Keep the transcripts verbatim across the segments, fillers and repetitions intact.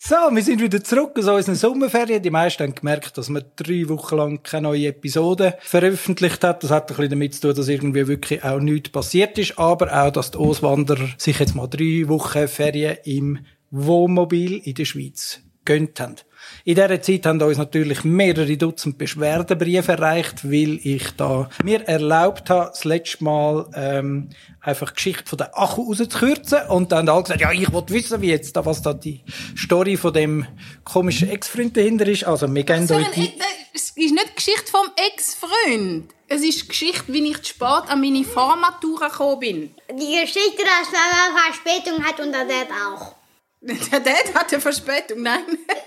So, wir sind wieder zurück aus unseren Sommerferien. Die meisten haben gemerkt, dass wir drei Wochen lang keine neue Episode veröffentlicht haben. Das hat ein bisschen damit zu tun, dass irgendwie wirklich auch nichts passiert ist. Aber auch, dass die Auswanderer sich jetzt mal drei Wochen Ferien im Wohnmobil in der Schweiz gönnt haben. In dieser Zeit haben uns natürlich mehrere Dutzend Beschwerdebriefe erreicht, weil ich da mir erlaubt habe, das letzte Mal ähm, einfach die Geschichte von der Achu rauszukürzen. Und dann haben alle gesagt, ja, ich will wissen, wie jetzt da, was da die Story von dem komischen Ex-Freund dahinter ist. Also, wir gehen euch die... Es ist nicht die Geschichte vom Ex-Freund. Es ist die Geschichte, wie ich zu spät an meine Fahrmatura gekommen bin. Die Geschichte, dass Mama Verspätung hat und der Dad auch. Der Dad hatte Verspätung, nein.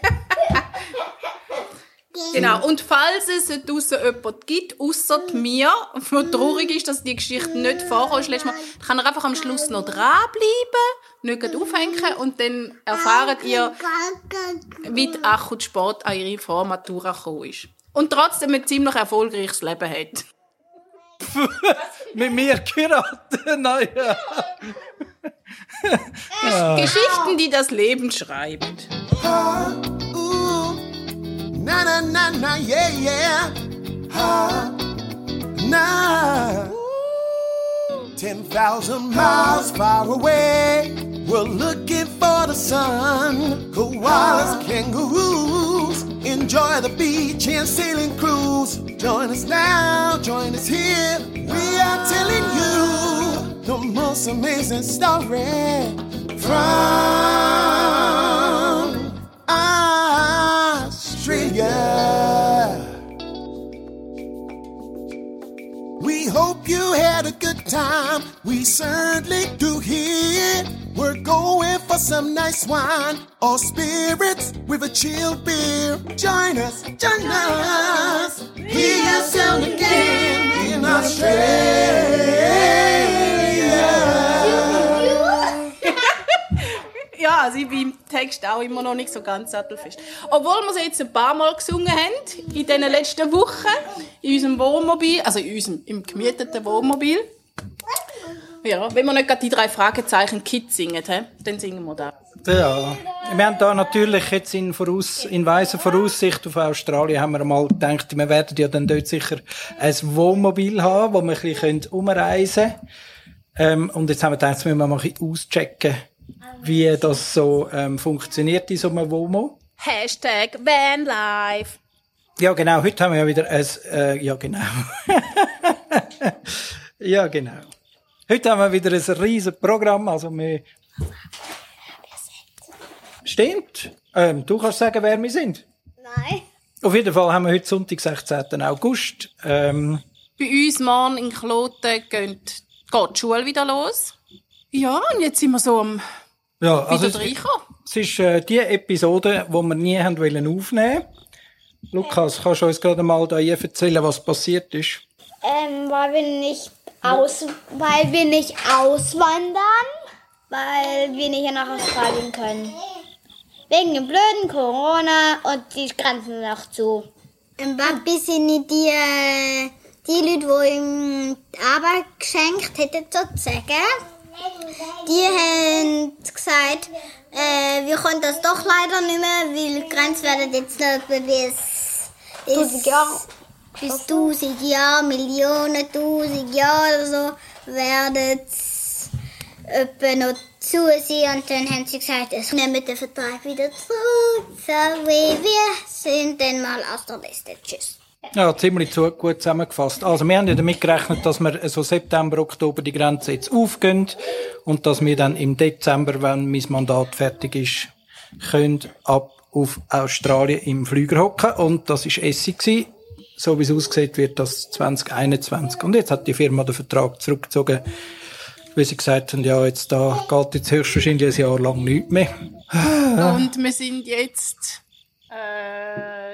Genau, und falls es draussen jemanden gibt, ausser mir, wo traurig ist, dass die Geschichte nicht vorkommt, Mal, kann er einfach am Schluss noch dranbleiben, nicht aufhängen und dann erfahrt ihr, wie die Achu zu spät an ihre Vormatura gekommen ist. Und trotzdem ein ziemlich erfolgreiches Leben hat. Mit mir geheiratet, naja. Ja. Geschichten, die das Leben schreibt. Ha, ooh, na na na na, yeah yeah. Ha, na. Ten thousand miles far away, we're looking for the sun. Koalas, kangaroos, enjoy the beach and sailing cruise. Join us now, join us here. We are telling you the most amazing story from Australia. We hope you had a good time. We certainly do here. We're going for some nice wine or spirits with a chill beer. Join us, join us. Hear us sound again in Australia. Ja, also ich bin im Text auch immer noch nicht so ganz sattelfest. Obwohl wir es jetzt ein paar Mal gesungen haben, in diesen letzten Wochen, in unserem Wohnmobil, also in unserem im gemieteten Wohnmobil. Ja, wenn wir nicht gerade die drei Fragezeichen Kids singen, he, dann singen wir da. Ja, wir haben da natürlich jetzt in, voraus, in weiser Voraussicht auf Australien haben wir mal gedacht, wir werden ja dann dort sicher ein Wohnmobil haben, wo wir ein bisschen umreisen können. Ähm, und jetzt haben wir gedacht, jetzt müssen wir mal ein bisschen auschecken, wie das so ähm, funktioniert in so einem Womo. Hashtag Vanlife. Ja, genau. Heute haben wir ja wieder ein... Äh, ja, genau. ja, genau. Heute haben wir wieder ein riesen Programm. Also wir... Stimmt. Ähm, du kannst sagen, wer wir sind. Nein. Auf jeden Fall haben wir heute Sonntag, sechzehnten August. Ähm, Bei uns morgen in Kloten geht, geht die Schule wieder los. Ja, und jetzt sind wir so am ja, also wieder reinkommen. Es ist äh, die Episode, die wir nie haben wollen aufnehmen. Lukas, kannst du uns gerade mal da hier erzählen, was passiert ist? Ähm, weil wir nicht aus, weil wir nicht auswandern, weil wir nicht nach Australien können. Wegen dem blöden Corona und die Grenzen noch zu. Ein bisschen die, äh, die Leute, die ihm Arbeit geschenkt hätten, sozusagen, die haben gesagt, äh, wir können das doch leider nicht mehr, weil die Grenzen werden jetzt nicht bis, bis, bis tausend Jahre, Millionen, tausend Jahre oder so, werden es etwa noch zu sein. Und dann haben sie gesagt, es nehmen den Vertrag wieder zurück, so wie wir sind dann mal aus der Liste. Tschüss. Ja, ziemlich zu, gut zusammengefasst. Also wir haben ja damit gerechnet, dass wir so September, Oktober die Grenze jetzt aufgehen und dass wir dann im Dezember, wenn mein Mandat fertig ist, können ab auf Australien im Flüger hocken. Und das war Essi gewesen. So wie es aussieht, wird das zwanzig einundzwanzig. Und jetzt hat die Firma den Vertrag zurückgezogen, weil sie gesagt haben, ja, jetzt da geht jetzt höchstwahrscheinlich ein Jahr lang nichts mehr. Und wir sind jetzt äh,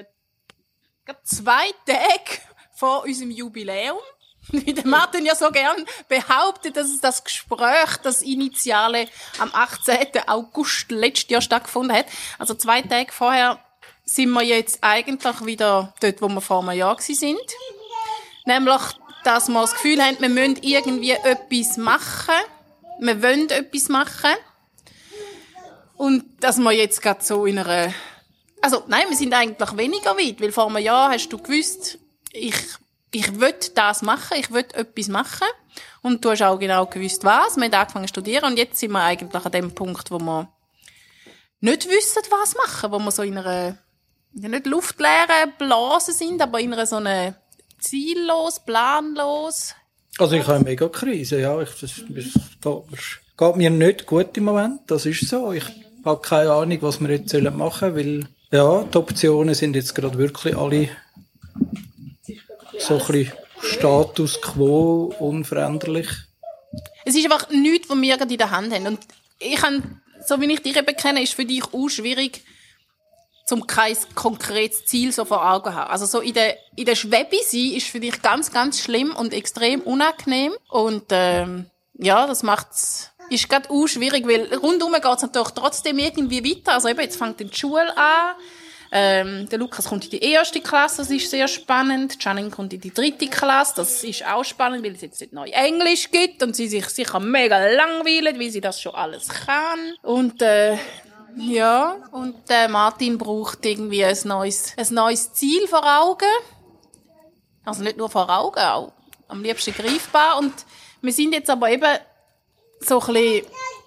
zwei Tage vor unserem Jubiläum. Wie der Martin ja so gern behauptet, dass es das Gespräch, das Initiale, am achtzehnten August letztes Jahr stattgefunden hat. Also zwei Tage vorher sind wir jetzt eigentlich wieder dort, wo wir vor einem Jahr waren. Nämlich, dass wir das Gefühl haben, wir müssen irgendwie etwas machen. Wir wollen etwas machen. Und dass wir jetzt gerade so in einer... Also, nein, wir sind eigentlich weniger weit, weil vor einem Jahr hast du gewusst, ich, ich will das machen, ich will etwas machen. Und du hast auch genau gewusst, was. Wir haben angefangen zu studieren und jetzt sind wir eigentlich an dem Punkt, wo wir nicht wissen, was machen, wo wir so in einer, nicht luftleeren Blase sind, aber in einer so einer ziellos, planlos. Also ich habe eine mega Krise, ja. Ich, das, das geht, geht mir nicht gut im Moment, das ist so. Ich habe keine Ahnung, was wir jetzt machen sollen, weil, ja, die Optionen sind jetzt gerade wirklich alle so ein bisschen Status quo, unveränderlich. Es ist einfach nichts, was wir gerade in der Hand haben. Und ich habe, so wie ich dich eben kenne, ist für dich auch schwierig, zum kein konkretes Ziel so vor Augen zu haben. Also so in der, in der Schwebe sein ist für dich ganz, ganz schlimm und extrem unangenehm. Und, ähm, ja, das macht's, ist gerade auch schwierig, weil rundum geht's natürlich trotzdem irgendwie weiter. Also eben, jetzt fängt die Schule an. Ähm, der Lukas kommt in die erste Klasse, das ist sehr spannend. Janine kommt in die dritte Klasse, das ist auch spannend, weil es jetzt nicht neu Englisch gibt und sie sich sicher mega langweilen, weil sie das schon alles kann. Und, äh, ja, und äh, Martin braucht irgendwie ein neues, ein neues Ziel vor Augen. Also nicht nur vor Augen, auch am liebsten greifbar. Und wir sind jetzt aber eben so ein bisschen,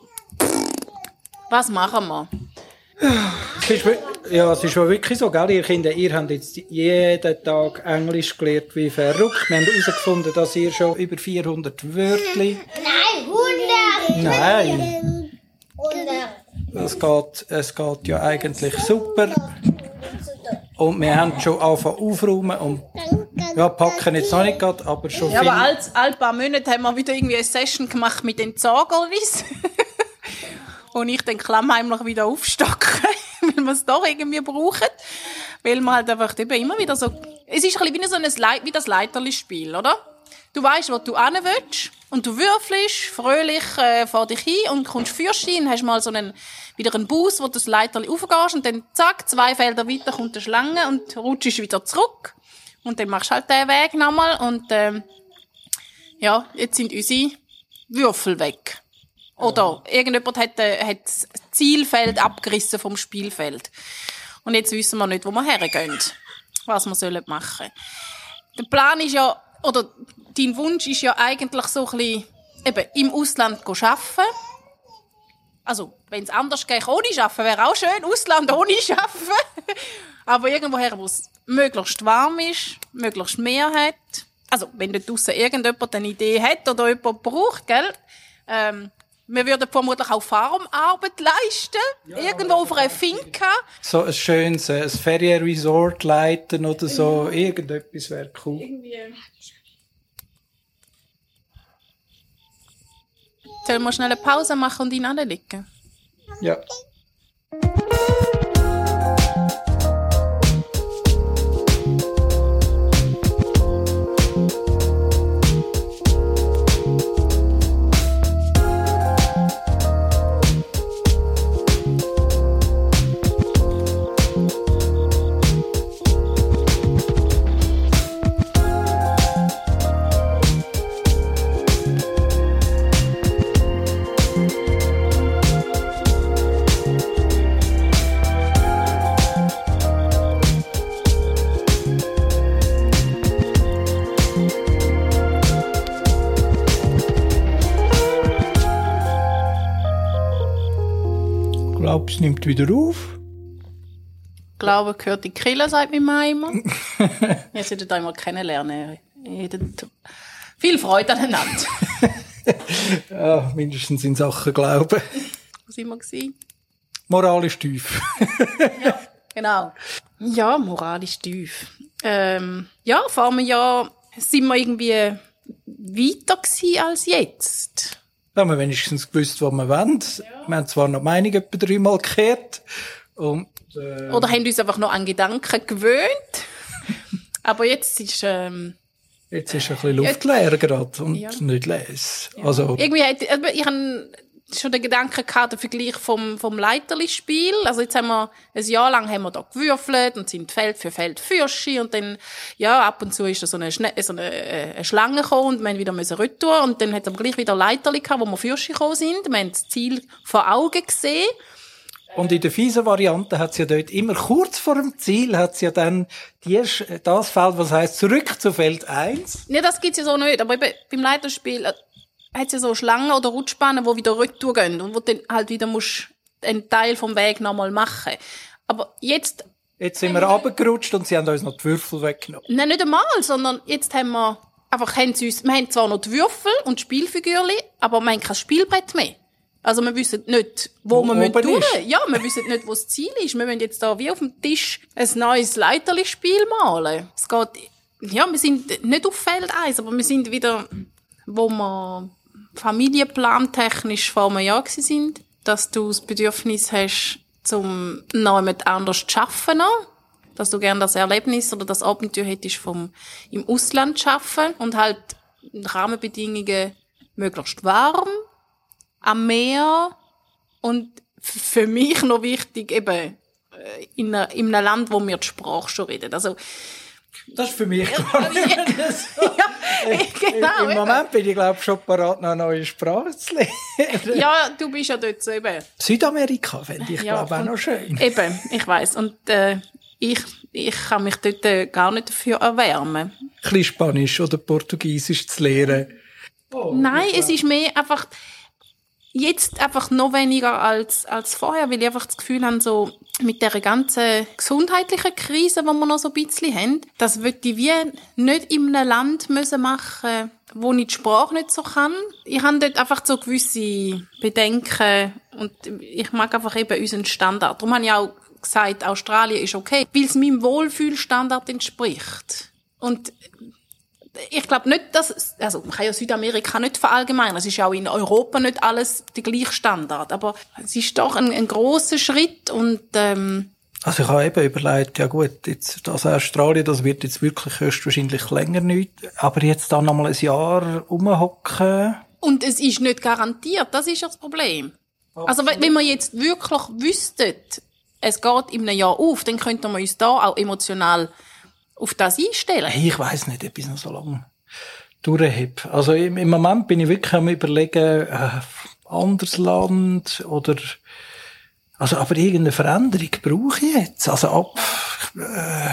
was machen wir? Es ist, ja, es ist wirklich so, gell? Ihr Kinder, ihr habt jetzt jeden Tag Englisch gelernt wie verrückt. Wir haben herausgefunden, dass ihr schon über vierhundert Wörter... Nein, hundert! Nein! hundert! Es geht, es geht ja eigentlich super. Und wir haben schon angefangen aufräumen und ja, packen jetzt noch nicht gerade, aber schon ja, viel. Aber als ein paar Monate haben wir wieder irgendwie eine Session gemacht mit den Zagerlis. Und ich dann klammheimlich wieder aufstocken, weil wir es doch irgendwie brauchen. Weil man halt einfach eben immer wieder so... Es ist ein bisschen wie, so ein Leit- wie das Leiterli-Spiel, oder? Du weisst, wo du hin willst und du würfelst fröhlich äh, vor dich hin und kommst fürst hin und hast mal so einen, wieder einen Bus, wo du das Leiterli raufgehst und dann zack, zwei Felder weiter kommt eine Schlange und rutschst wieder zurück. Und dann machst du halt den Weg nochmal und ähm, ja, jetzt sind unsere Würfel weg. Oder irgendjemand hat, äh, hat das Zielfeld abgerissen vom Spielfeld. Und jetzt wissen wir nicht, wo wir hergehen, was wir sollen machen. Der Plan ist ja, oder dein Wunsch ist ja eigentlich so ein bisschen, eben, im Ausland arbeiten. Also, wenn es anders geht, ohne arbeiten, wäre auch schön. Ausland ohne arbeiten. Aber irgendwoher, wo es möglichst warm ist, möglichst mehr hat. Also, wenn dort draussen irgendjemand eine Idee hat oder jemand braucht, gell? Ähm, wir würden vermutlich auch Farmarbeit leisten. Ja, irgendwo auf einer Finca. So ein schönes äh, ein Ferienresort leiten oder so. Mhm. Irgendetwas wäre cool. Irgendwie. Sollen wir schnell eine Pause machen und ihn anlegen? Ja. Ich glaube, es nimmt wieder auf. Glaube gehört die Kille, sagt mein Mann immer. Ihr solltet euch mal kennenlernen. Viel Freude aneinander. Ja, mindestens in Sachen Glauben. Wo sind wir gewesen? Moralisch tief. Ja, genau. Ja, moralisch tief. Ähm, ja, vor einem Jahr sind wir irgendwie weiter gewesen als jetzt. Da haben wir wenigstens gewusst, was wir wollen. Ja. Wir haben zwar noch die Meinung etwa dreimal gekehrt. Und, äh, Oder haben uns einfach noch an Gedanken gewöhnt. Aber jetzt ist... Ähm, jetzt ist ein bisschen luftleer gerade und ja. nicht les. Ja. Also, irgendwie hat, ich habe schon den Gedanken gehabt, der Vergleich vom, vom Leiterli-Spiel. Also jetzt haben wir, ein Jahr lang haben wir da gewürfelt und sind Feld für Feld Fürschi und dann, ja, ab und zu ist da so eine, Schne- so eine, eine Schlange gekommen und wir haben wieder müssen retour und dann hat es aber gleich wieder Leiterli gehabt, wo wir Fürschi gekommen sind. Wir haben das Ziel vor Augen gesehen. Und in der fiesen Variante hat sie ja dort immer kurz vor dem Ziel, hat sie ja dann die, das Feld, was heisst, zurück zu Feld eins. Ja, das gibt's ja so nicht. Aber eben, beim Leiterspiel hat es ja so Schlangen oder Rutschbahnen, die wieder retour gehen und wo du dann halt wieder musst einen Teil vom Weg nochmal machen. Aber jetzt... Jetzt sind wir runtergerutscht und sie haben uns noch die Würfel weggenommen. Nein, nicht einmal, sondern jetzt haben wir einfach, haben sie uns, wir haben zwar noch die Würfel und die Spielfigürchen, aber wir haben kein Spielbrett mehr. Also wir wissen nicht, wo, wo wir durch müssen. Ja, wir wissen nicht, wo das Ziel ist. Wir müssen jetzt da wie auf dem Tisch ein neues Leiterli-Spiel malen. Es geht, ja, wir sind nicht auf Feld eins, aber wir sind wieder, wo wir familienplantechnisch vor einem Jahr gewesen sind, dass du das Bedürfnis hast, zum noch jemand anders zu arbeiten, dass du gerne das Erlebnis oder das Abenteuer hättest vom im Ausland zu arbeiten und halt Rahmenbedingungen möglichst warm, am Meer und für mich noch wichtig eben in, einer, in einem Land, wo wir die Sprache schon reden. Also das ist für mich gar nicht mehr so. Ja, genau, Im Moment bin ich, glaube ich, schon parat, noch eine neue Sprache zu lernen. Ja, du bist ja dort so eben. Südamerika fände ich, ja, glaube ich, auch noch schön. Eben, ich weiss. Und äh, ich, ich kann mich dort äh, gar nicht dafür erwärmen. Ein bisschen Spanisch oder Portugiesisch zu lernen. Oh, Nein, es ist mehr einfach... Jetzt einfach noch weniger als, als vorher, weil ich einfach das Gefühl habe, so mit dieser ganzen gesundheitlichen Krise, die wir noch so ein bisschen haben, das würde ich wie nicht in einem Land müssen machen, wo ich die Sprache nicht so kann. Ich habe dort einfach so gewisse Bedenken und ich mag einfach eben unseren Standard. Darum habe ich auch gesagt, Australien ist okay, weil es meinem Wohlfühlstandard entspricht. Und ich glaube nicht, dass, also man kann ja Südamerika nicht verallgemeinern, es ist ja auch in Europa nicht alles der gleiche Standard, aber es ist doch ein, ein grosser Schritt und ähm also ich habe eben überlegt, ja gut, jetzt das Australien, das wird jetzt wirklich höchstwahrscheinlich länger nicht, aber jetzt da nochmal ein Jahr rumhocken. Und es ist nicht garantiert, das ist ja das Problem. Absolut. Also wenn wir jetzt wirklich wüssten, es geht in einem Jahr auf, dann könnten wir uns da auch emotional auf das einstellen? Hey, ich weiss nicht, ob ich noch so lange durchhebe. Also im, im Moment bin ich wirklich am Überlegen, äh, anderes Land oder, also aber irgendeine Veränderung brauche ich jetzt. Also ab, äh,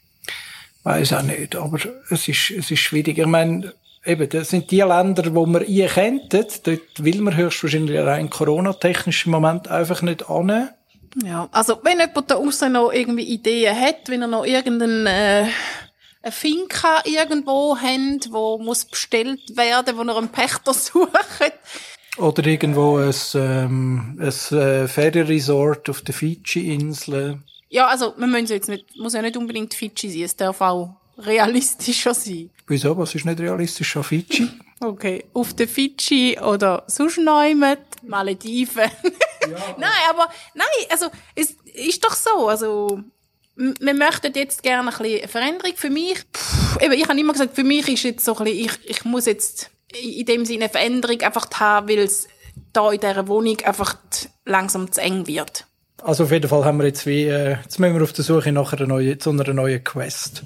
weiss auch nicht, aber es ist, es ist schwierig. Ich meine, eben, das sind die Länder, wo wir ihr könnten, dort will man höchstwahrscheinlich rein Corona-technisch im Moment einfach nicht annehmen. Ja, also wenn jemand da aussen noch irgendwie Ideen hat, wenn er noch irgendeinen äh, eine Finca irgendwo hat, wo muss bestellt werden, wo er einen Pächter sucht. Oder irgendwo ein, ähm, ein äh, Ferienresort auf der Fidschi-Inseln. Ja, also man muss jetzt nicht, muss ja nicht unbedingt Fidschi sein, es darf auch realistischer sein. Wieso? Was ist nicht realistisch an Fidschi? Okay, auf der Fidschi oder sonst jemand, Malediven. Ja, nein, aber, nein, also, es ist doch so, also, wir möchten jetzt gerne ein bisschen Veränderung. Für mich, pff, eben, ich habe immer gesagt, für mich ist jetzt so ein bisschen, ich, ich muss jetzt in dem Sinne eine Veränderung einfach haben, weil es da in dieser Wohnung einfach langsam zu eng wird. Also auf jeden Fall haben wir jetzt wie, äh, jetzt müssen wir auf der Suche nach einer neuen, zu einer neuen Quest.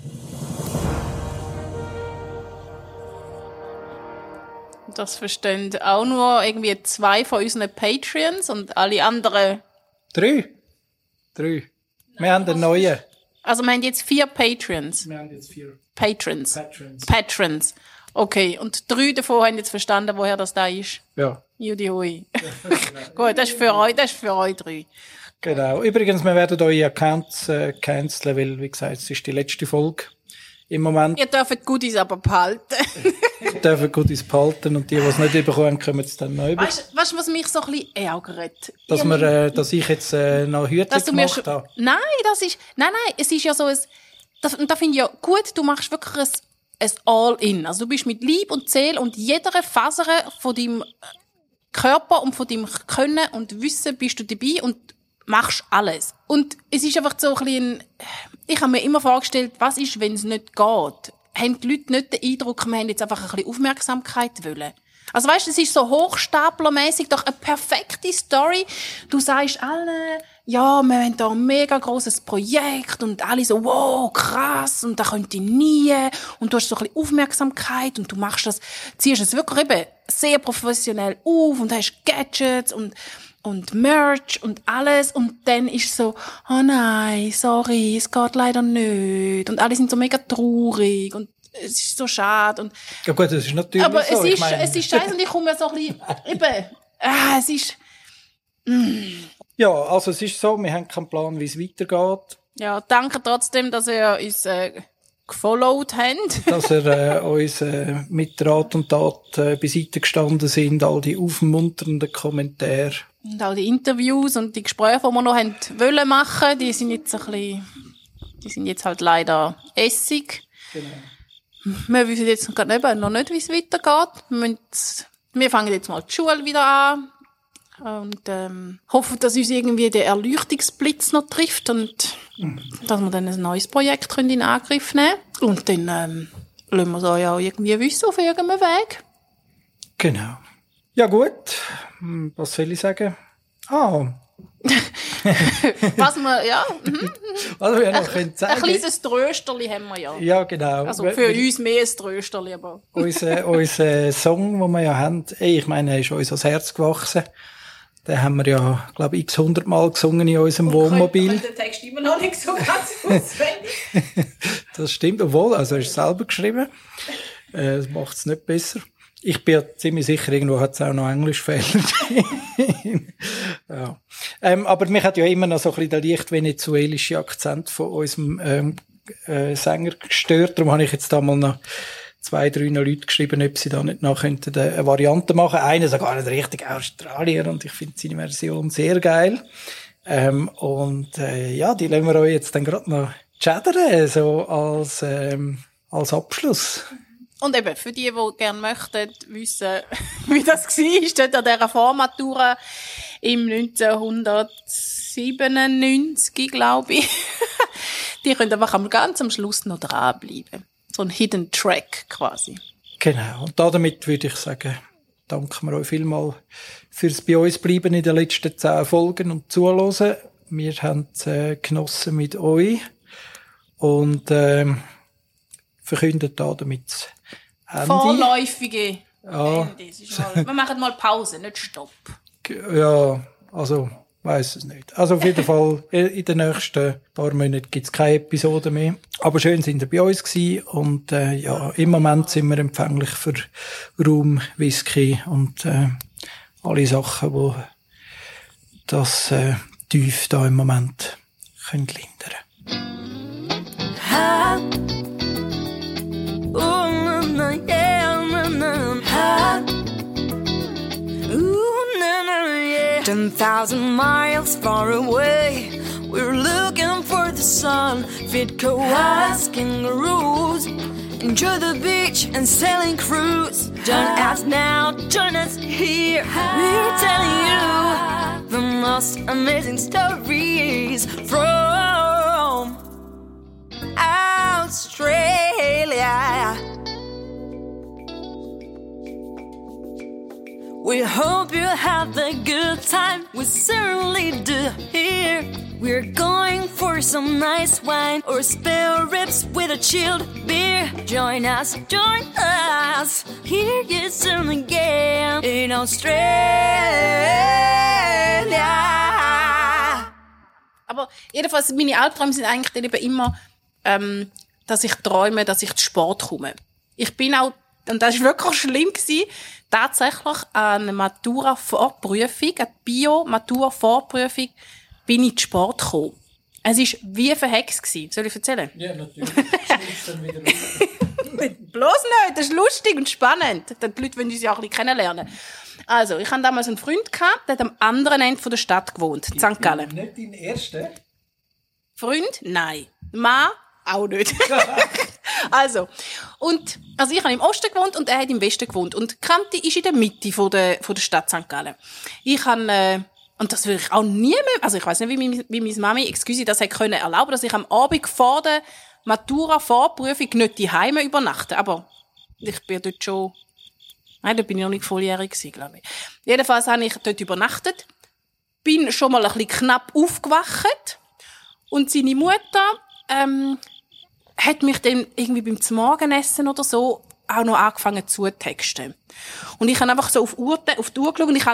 Das verstehen auch nur irgendwie zwei von unseren Patreons und alle anderen... Drei? Drei. Wir haben einen neuen. Also wir haben jetzt vier Patreons. Wir haben jetzt vier. Patrons. Patrons. Patrons. Okay, und drei davon haben jetzt verstanden, woher das da ist? Ja. Judy hui. Gut, das ist für euch, das ist für euch drei. Genau. Übrigens, wir werden eure Accounts äh, canceln, weil, wie gesagt, es ist die letzte Folge. Im Moment. Ihr dürft Goodies aber behalten. Ihr dürft Goodies behalten und die, die es nicht bekommen, kommen es dann neu. Weißt du, was mich so ein bisschen ärgert? Dass, wir, äh, dass ich jetzt äh, noch Hütchen gemacht habe? Nein, das ist, nein, nein, es ist ja so ein, das, und da finde ich ja gut, du machst wirklich ein, ein All-In. Also du bist mit Lieb und Seele und jeder Faser von deinem Körper und von deinem Können und Wissen bist du dabei und machst alles. Und es ist einfach so ein bisschen, ich habe mir immer vorgestellt, was ist, wenn es nicht geht? Haben die Leute nicht den Eindruck, wir haben jetzt einfach ein bisschen Aufmerksamkeit wollen? Also weißt du, es ist so hochstaplermäßig, doch eine perfekte Story. Du sagst allen, ja, wir haben da ein mega grosses Projekt und alle so, wow, krass, und da könnte ich nie. Und du hast so ein bisschen Aufmerksamkeit und du machst das, ziehst es wirklich eben sehr professionell auf und hast Gadgets und und Merch und alles. Und dann ist so, oh nein, sorry, es geht leider nicht. Und alle sind so mega traurig und es ist so schade. Und ja gut, das ist natürlich aber so. Aber es, ich mein... es ist scheiße und ich komme mir so ein bisschen, eben, ah, es ist... Mm. Ja, also es ist so, wir haben keinen Plan, wie es weitergeht. Ja, danke trotzdem, dass ihr uns äh, gefollowt habt. Dass ihr äh, uns äh, mit Rat und Tat äh, beiseite gestanden sind, all die aufmunternden Kommentare. Und all die Interviews und die Gespräche, die wir noch haben wollen machen, die sind jetzt ein bisschen, die sind jetzt halt leider Essig. Genau. Wir wissen jetzt gerade noch nicht, wie es weitergeht. Wir, müssen, wir fangen jetzt mal die Schule wieder an. Und ähm, hoffen, dass uns irgendwie der Erleuchtungsblitz noch trifft und mhm. dass wir dann ein neues Projekt können in Angriff nehmen können. Und dann ähm, lassen wir es euch auch irgendwie wissen auf irgendeinem Weg. Genau. Ja gut, was soll ich sagen? Ah. Was wir, ja. Mhm. Also wir noch ein, sagen. Ein kleines Trösterli haben wir ja. Ja, genau. Also für wir, uns mehr ein Trösterli, aber. Unser, unser Song, den wir ja haben, ey, ich meine, er ist uns ans Herz gewachsen. Den haben wir ja, glaube ich, x hundertmal gesungen in unserem Wohnmobil. Ich den Text immer noch nicht so ganz auswendig. Das stimmt, obwohl, also er ist selber geschrieben. Äh, das macht es nicht besser. Ich bin ja ziemlich sicher, irgendwo hat es auch noch Englischfehler. Ja. Ähm, aber mich hat ja immer noch so ein bisschen der leicht venezuelische Akzent von unserem ähm, äh, Sänger gestört. Darum habe ich jetzt da mal noch zwei, drei Leute geschrieben, ob sie da nicht noch könnten eine Variante machen. Einer sogar nicht richtig Australier und ich finde seine Version sehr geil. Ähm, und äh, ja, die lassen wir euch jetzt dann gerade noch chattern, so als, ähm, als Abschluss. Und eben, für die, die gerne möchten wissen, wie das war, dort an dieser Vormatura im neunzehnhundertsiebenundneunzig, glaube ich. Die können einfach am ganz am Schluss noch dranbleiben. So ein Hidden Track quasi. Genau. Und damit würde ich sagen, danken wir euch vielmals fürs bei uns bleiben in den letzten zehn Folgen und zuhören. Wir haben es äh, genossen mit euch und ähm, verkünden da damit das Ende. Vorläufige ja. Ende. Mal, wir machen mal Pause, nicht Stopp. Ja, also weiss es nicht. Also auf jeden Fall, in den nächsten paar Monaten gibt es keine Episode mehr. Aber schön sind ihr bei uns gewesen. Und äh, ja, im Moment sind wir empfänglich für Rum, Whisky und äh, alle Sachen, die das äh, Tief da im Moment können lindern. Ha. Oh, na, na, yeah, na, na, ha. Ten thousand miles far away, we're looking for the sun. Fit koalas, kangaroos, enjoy the beach and sailing cruise. Join us now, join us here. We're telling you the most amazing stories from Australia. We hope you have a good time. We certainly do here. We're going for some nice wine or spare ribs with a chilled beer. Join us, join us. Here you soon again in Australia. Aber jedenfalls, meine Albträume sind eigentlich dann eben immer, ähm, dass ich träume, dass ich zu Sport komme. Ich bin auch, und das war wirklich schlimm gewesen, tatsächlich an einer Matura-Vorprüfung, eine Bio-Matura-Vorprüfung, bin ich zu Sport gekommen. Es war wie verhext gewesen. Soll ich erzählen? Ja, natürlich. dann wieder Bloß nicht, das ist lustig und spannend. Die Leute wollen uns ja auch ein bisschen kennenlernen. Also, ich hatte damals einen Freund gehabt, der hat am anderen Ende der Stadt gewohnt, in Sankt Gallen. Nicht dein erster? Freund? Nein. Mann? Auch nicht. Also, und, also ich habe im Osten gewohnt und er hat im Westen gewohnt. Und Kante ist in der Mitte von der, von der Stadt Sankt Gallen. Ich habe, äh, und das würde ich auch nie mehr, also ich weiss nicht, wie, wie, wie meine Mami, excuse, das hätte können erlauben, dass ich am Abend vor der Matura-Vorprüfung nicht die Heime übernachte. Aber ich bin dort schon, nein, da bin ich noch nicht volljährig gewesen, glaube ich. Jedenfalls habe ich dort übernachtet, bin schon mal ein bisschen knapp aufgewacht und seine Mutter, ähm, hat mich dann irgendwie beim Morgenessen oder so auch noch angefangen zu texten. Und ich habe einfach so auf, Uhr, auf die Uhr geschaut und ich habe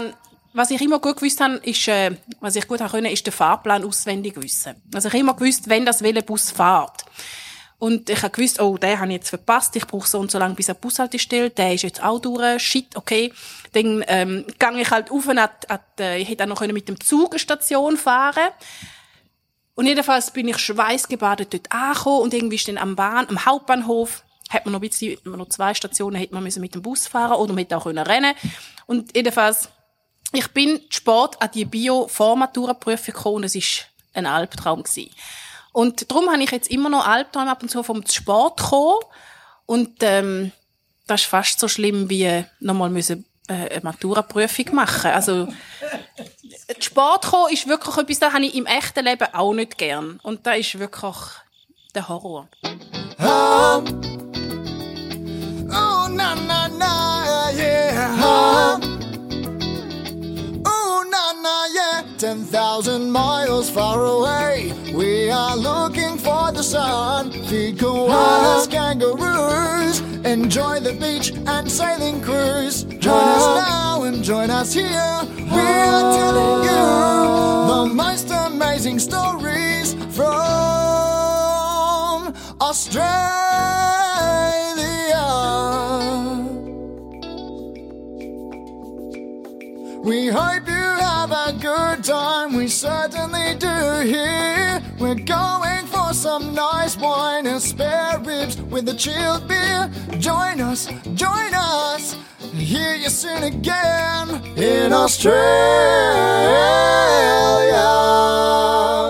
was ich immer gut gewusst habe, ist, äh, was ich gut haben können, ist den Fahrplan auswendig wissen. Also ich habe immer gewusst, wenn das welcher Bus fährt. Und ich habe gewusst, oh, den habe ich jetzt verpasst, ich brauche so und so lange bis an die Bushaltestelle, der ist jetzt auch durch, shit, okay. Dann ähm, gehe ich halt auf und an, an, äh, ich hätte auch noch mit dem Zug eine Station fahren. Und jedenfalls bin ich schweißgebadet dort angekommen und irgendwie ist dann am Bahn, am Hauptbahnhof, hat man noch ein bisschen, noch zwei Stationen, hätte man mit dem Bus fahren oder man hätte auch rennen können. Und jedenfalls, ich bin Sport an die Bio-Vormatura-Prüfung gekommen und es war ein Albtraum gewesen. Und darum habe ich jetzt immer noch Albträume ab und zu vom Sport kommen. Und ähm, das ist fast so schlimm, wie nochmal müssen äh, eine Matura-Prüfung machen. Also Sport kommen ist wirklich etwas, das habe ich im echten Leben auch nicht gern. Und das ist wirklich der Horror. Oh, oh na na na, yeah. Oh, oh na na, yeah. Ten thousand miles far away, we are looking for the sun. Feed koalas, kangaroos, enjoy the beach and sailing cruise. Join us now and join us here. We are telling you the most amazing stories from Australia. We hope you have a good time, we certainly do here. We're going for some nice wine and spare ribs with a chilled beer. Join us, join us, hear you soon again in Australia.